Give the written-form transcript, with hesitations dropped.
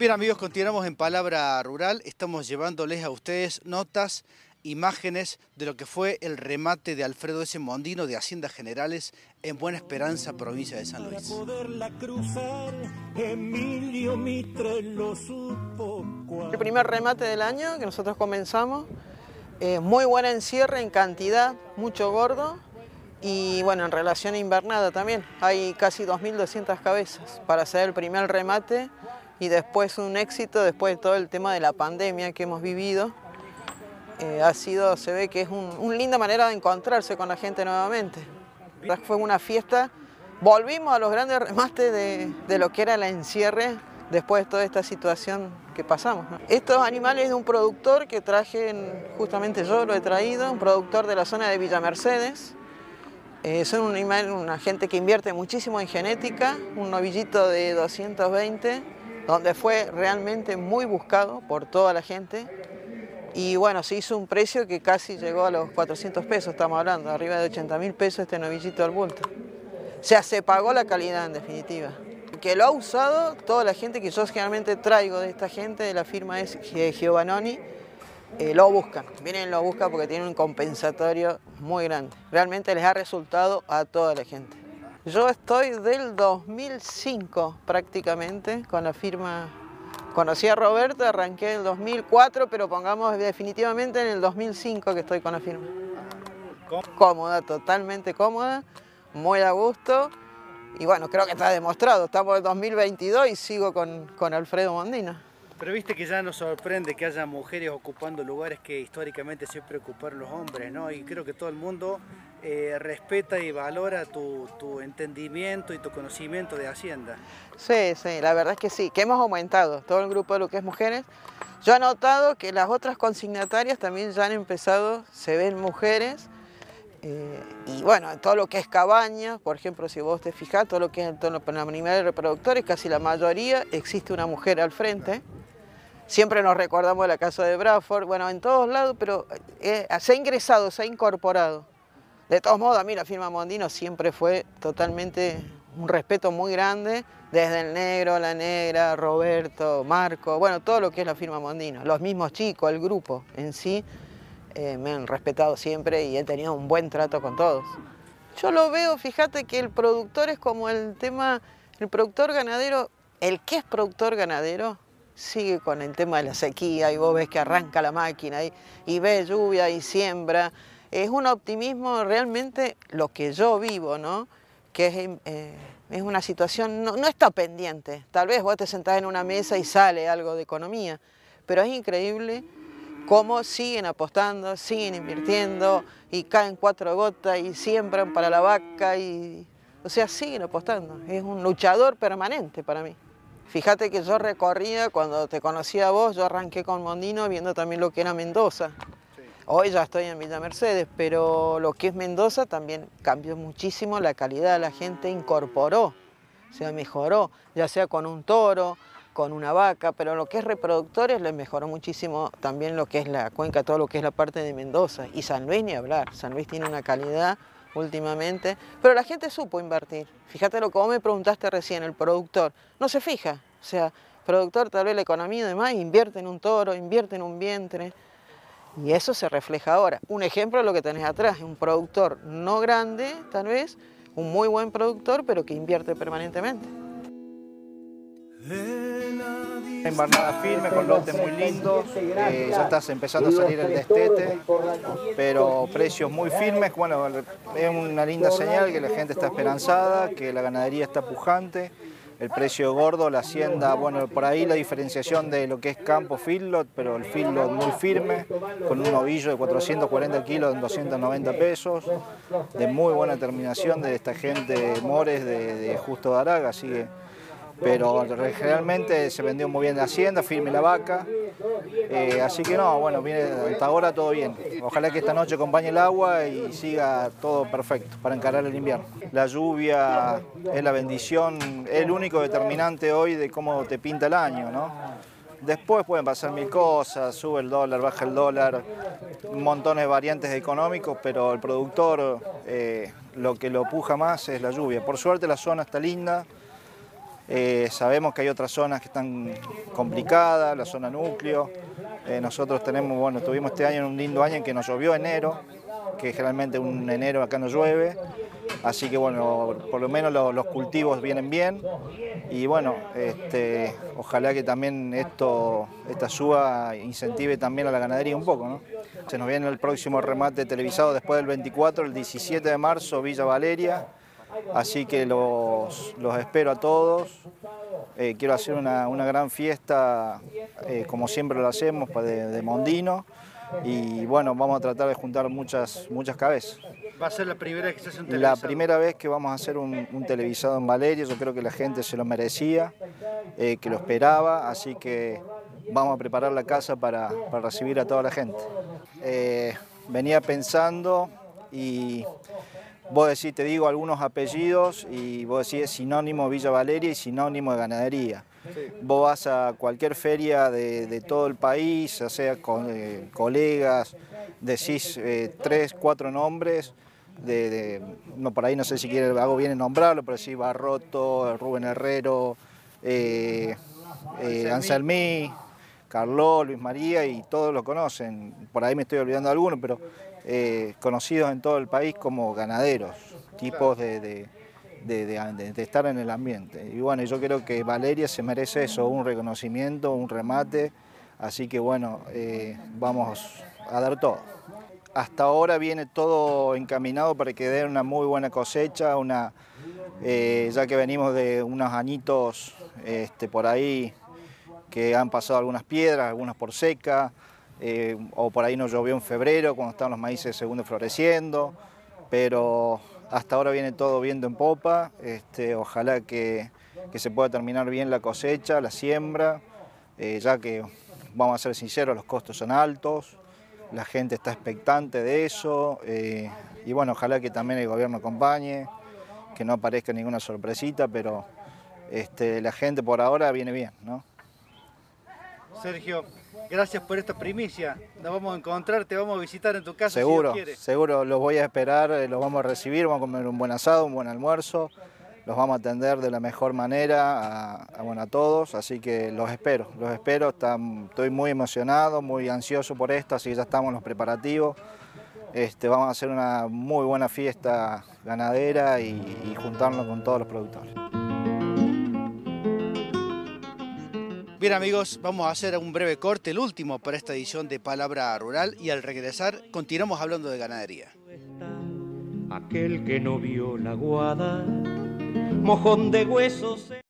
Bien amigos, continuamos en Palabra Rural. Estamos llevándoles a ustedes notas, imágenes de lo que fue el remate de Alfredo S. Mondino de Haciendas Generales en Buena Esperanza, provincia de San Luis. El primer remate del año que nosotros comenzamos, muy buena en cierre, en cantidad, mucho gordo. Y bueno, en relación a invernada también, hay casi 2.200 cabezas para hacer el primer remate y después un éxito, después de todo el tema de la pandemia que hemos vivido. Se ve que es una linda manera de encontrarse con la gente nuevamente. Fue una fiesta, volvimos a los grandes remates de lo que era el encierre después de toda esta situación que pasamos, ¿no? Estos animales de un productor que traje, justamente yo lo he traído, un productor de la zona de Villa Mercedes. Son una gente que invierte muchísimo en genética, un novillito de 220, donde fue realmente muy buscado por toda la gente. Y bueno, se hizo un precio que casi llegó a los 400 pesos, estamos hablando, arriba de 80.000 pesos este novillito al bulto. O sea, se pagó la calidad en definitiva. Que lo ha usado toda la gente que yo generalmente traigo de esta gente, de la firma es Giovannoni. Lo buscan, vienen y lo buscan porque tienen un compensatorio muy grande. Realmente les ha resultado a toda la gente. Yo estoy del 2005 prácticamente con la firma. Conocí a Roberto, arranqué en el 2004, pero pongamos definitivamente en el 2005 que estoy con la firma. Cómoda, totalmente cómoda, muy a gusto. Y bueno, creo que está demostrado. Estamos en el 2022 y sigo con Alfredo Mondino. Pero viste que ya nos sorprende que haya mujeres ocupando lugares que históricamente siempre ocuparon los hombres, ¿no? Y creo que todo el mundo respeta y valora tu entendimiento y tu conocimiento de Hacienda. Sí, la verdad es que sí, que hemos aumentado todo el grupo de lo que es mujeres. Yo he notado que las otras consignatarias también ya han empezado, se ven mujeres. Y bueno, todo lo que es cabañas, por ejemplo, si vos te fijás, todo lo que es los animales reproductores, casi la mayoría existe una mujer al frente. Siempre nos recordamos de la casa de Bradford, bueno, en todos lados, pero se ha ingresado, se ha incorporado. De todos modos, a mí la firma Mondino siempre fue totalmente un respeto muy grande, desde el negro, la negra, Roberto, Marco, bueno, todo lo que es la firma Mondino. Los mismos chicos, el grupo en sí, me han respetado siempre y he tenido un buen trato con todos. Yo lo veo, fíjate que el productor es como el tema, el productor ganadero, el que es productor ganadero, sigue con el tema de la sequía y vos ves que arranca la máquina y ves lluvia y siembra. Es un optimismo realmente lo que yo vivo, ¿no? Que es una situación, no está pendiente. Tal vez vos te sentás en una mesa y sale algo de economía, pero es increíble cómo siguen apostando, siguen invirtiendo y caen 4 gotas y siembran para la vaca. O sea, siguen apostando. Es un luchador permanente para mí. Fíjate que yo recorría, cuando te conocí a vos, yo arranqué con Mondino viendo también lo que era Mendoza. Sí. Hoy ya estoy en Villa Mercedes, pero lo que es Mendoza también cambió muchísimo la calidad, la gente incorporó, o sea, mejoró, ya sea con un toro, con una vaca, pero lo que es reproductores le mejoró muchísimo también lo que es la cuenca, todo lo que es la parte de Mendoza. Y San Luis ni hablar, San Luis tiene una calidad últimamente, pero la gente supo invertir. Fíjate lo que vos me preguntaste recién, el productor no se fija, o sea, el productor tal vez la economía y demás, invierte en un toro, invierte en un vientre, y eso se refleja ahora. Un ejemplo es lo que tenés atrás, un productor no grande, tal vez, un muy buen productor, pero que invierte permanentemente. Invernada firme, con lotes muy lindos, ya estás empezando a salir el destete, pero precios muy firmes. Bueno, es una linda señal que la gente está esperanzada, que la ganadería está pujante, el precio gordo, la hacienda, bueno, por ahí la diferenciación de lo que es campo feedlot, pero el feedlot muy firme, con un novillo de 440 kilos en 290 pesos, de muy buena terminación de esta gente Mores de Justo de Araga, así que pero generalmente se vendió muy bien la hacienda, firme la vaca, así que no, bueno, viene hasta ahora todo bien. Ojalá que esta noche acompañe el agua y siga todo perfecto para encarar el invierno. La lluvia es la bendición, es el único determinante hoy de cómo te pinta el año, ¿no? Después pueden pasar mil cosas, sube el dólar, baja el dólar, montones de variantes económicos, pero el productor lo que lo puja más es la lluvia. Por suerte la zona está linda. Sabemos que hay otras zonas que están complicadas, la zona núcleo. Nosotros tenemos, bueno, tuvimos este año un lindo año en que nos llovió enero, que generalmente un enero acá no llueve. Así que bueno, por lo menos los cultivos vienen bien y bueno, ojalá que también esta suba incentive también a la ganadería un poco, ¿no? Se nos viene el próximo remate televisado después del 24, el 17 de marzo, Villa Valeria, así que los espero a todos. Quiero hacer una gran fiesta, como siempre lo hacemos, de Mondino. Y bueno, vamos a tratar de juntar muchas cabezas. ¿Va a ser la primera vez que se hace un televisado? La primera vez que vamos a hacer un televisado en Valeria. Yo creo que la gente se lo merecía, que lo esperaba, así que vamos a preparar la casa para recibir a toda la gente. Venía pensando y vos decís, te digo algunos apellidos y vos decís es sinónimo Villa Valeria y sinónimo de ganadería. Sí. Vos vas a cualquier feria de todo el país, ya sea con colegas, decís 3, 4 nombres, no, por ahí no sé si hago bien en nombrarlo, pero decís Barroto, Rubén Herrero, Anselmí, Carlos, Luis María, y todos lo conocen. Por ahí me estoy olvidando de algunos, pero conocidos en todo el país como ganaderos, tipos de estar en el ambiente. Y bueno, yo creo que Valeria se merece eso, un reconocimiento, un remate, así que bueno, vamos a dar todo. Hasta ahora viene todo encaminado para que dé una muy buena cosecha, ya que venimos de unos añitos por ahí que han pasado algunas piedras, algunas por seca, o por ahí nos llovió en febrero cuando estaban los maíces segundo floreciendo, pero hasta ahora viene todo viento en popa. Ojalá que se pueda terminar bien la cosecha, la siembra, ya que vamos a ser sinceros, los costos son altos, la gente está expectante de eso, y bueno, ojalá que también el gobierno acompañe, que no aparezca ninguna sorpresita, pero la gente por ahora viene bien, ¿no? Sergio, gracias por esta primicia. Nos vamos a encontrar, te vamos a visitar en tu casa. Seguro, si Dios quiere. Seguro, los voy a esperar, los vamos a recibir, vamos a comer un buen asado, un buen almuerzo, los vamos a atender de la mejor manera a todos, así que los espero, estoy muy emocionado, muy ansioso por esto, así que ya estamos en los preparativos. Vamos a hacer una muy buena fiesta ganadera y juntarnos con todos los productores. Bien amigos, vamos a hacer un breve corte, el último para esta edición de Palabra Rural, y al regresar continuamos hablando de ganadería. Aquel que no vio la guada, mojón de huesos.